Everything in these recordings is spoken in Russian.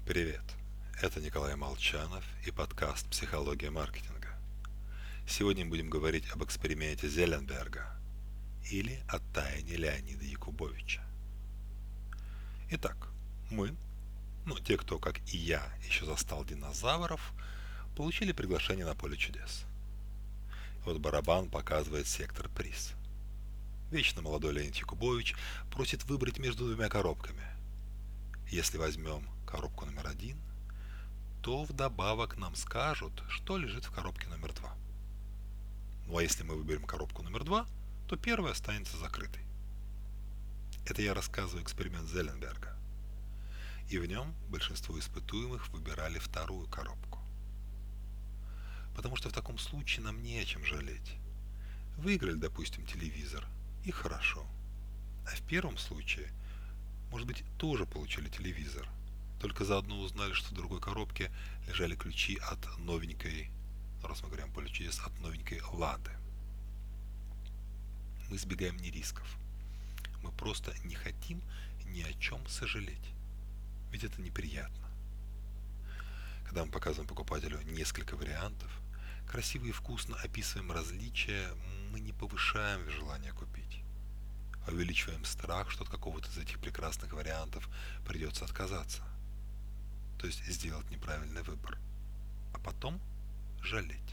Привет, это Николай Молчанов и подкаст «Психология маркетинга». Сегодня будем говорить об эксперименте Зеленберга или о тайне Леонида Якубовича. Итак, мы, те, кто, как и я, еще застал динозавров, получили приглашение на поле чудес. Вот барабан показывает сектор приз. Вечно молодой Леонид Якубович просит выбрать между двумя коробками. Если возьмем коробку номер один, то вдобавок нам скажут, что лежит в коробке номер два. Ну а если мы выберем коробку номер два, то первая останется закрытой. Это я рассказываю эксперимент Зеленберга. И в нем большинство испытуемых выбирали вторую коробку. Потому что в таком случае нам не о чем жалеть. Выиграли, допустим, телевизор, и хорошо. А в первом случае, может быть, тоже получили телевизор, только заодно узнали, что в другой коробке лежали ключи от новенькой, раз мы говорим о поле чудес, от новенькой Лады. Мы избегаем не рисков. Мы просто не хотим ни о чем сожалеть. Ведь это неприятно. Когда мы показываем покупателю несколько вариантов, красиво и вкусно описываем различия, мы не повышаем желание купить, а увеличиваем страх, что от какого-то из этих прекрасных вариантов придется отказаться. То есть сделать неправильный выбор, а потом жалеть.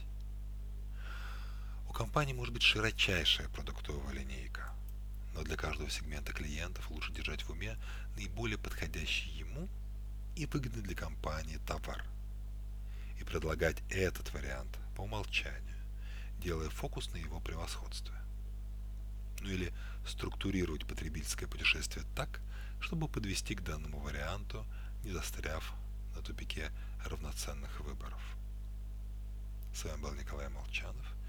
У компании может быть широчайшая продуктовая линейка, но для каждого сегмента клиентов лучше держать в уме наиболее подходящий ему и выгодный для компании товар. И предлагать этот вариант по умолчанию, делая фокус на его превосходстве. Ну или структурировать потребительское путешествие так, чтобы подвести к данному варианту, не застряв на тупике равноценных выборов. С вами был Николай Молчанов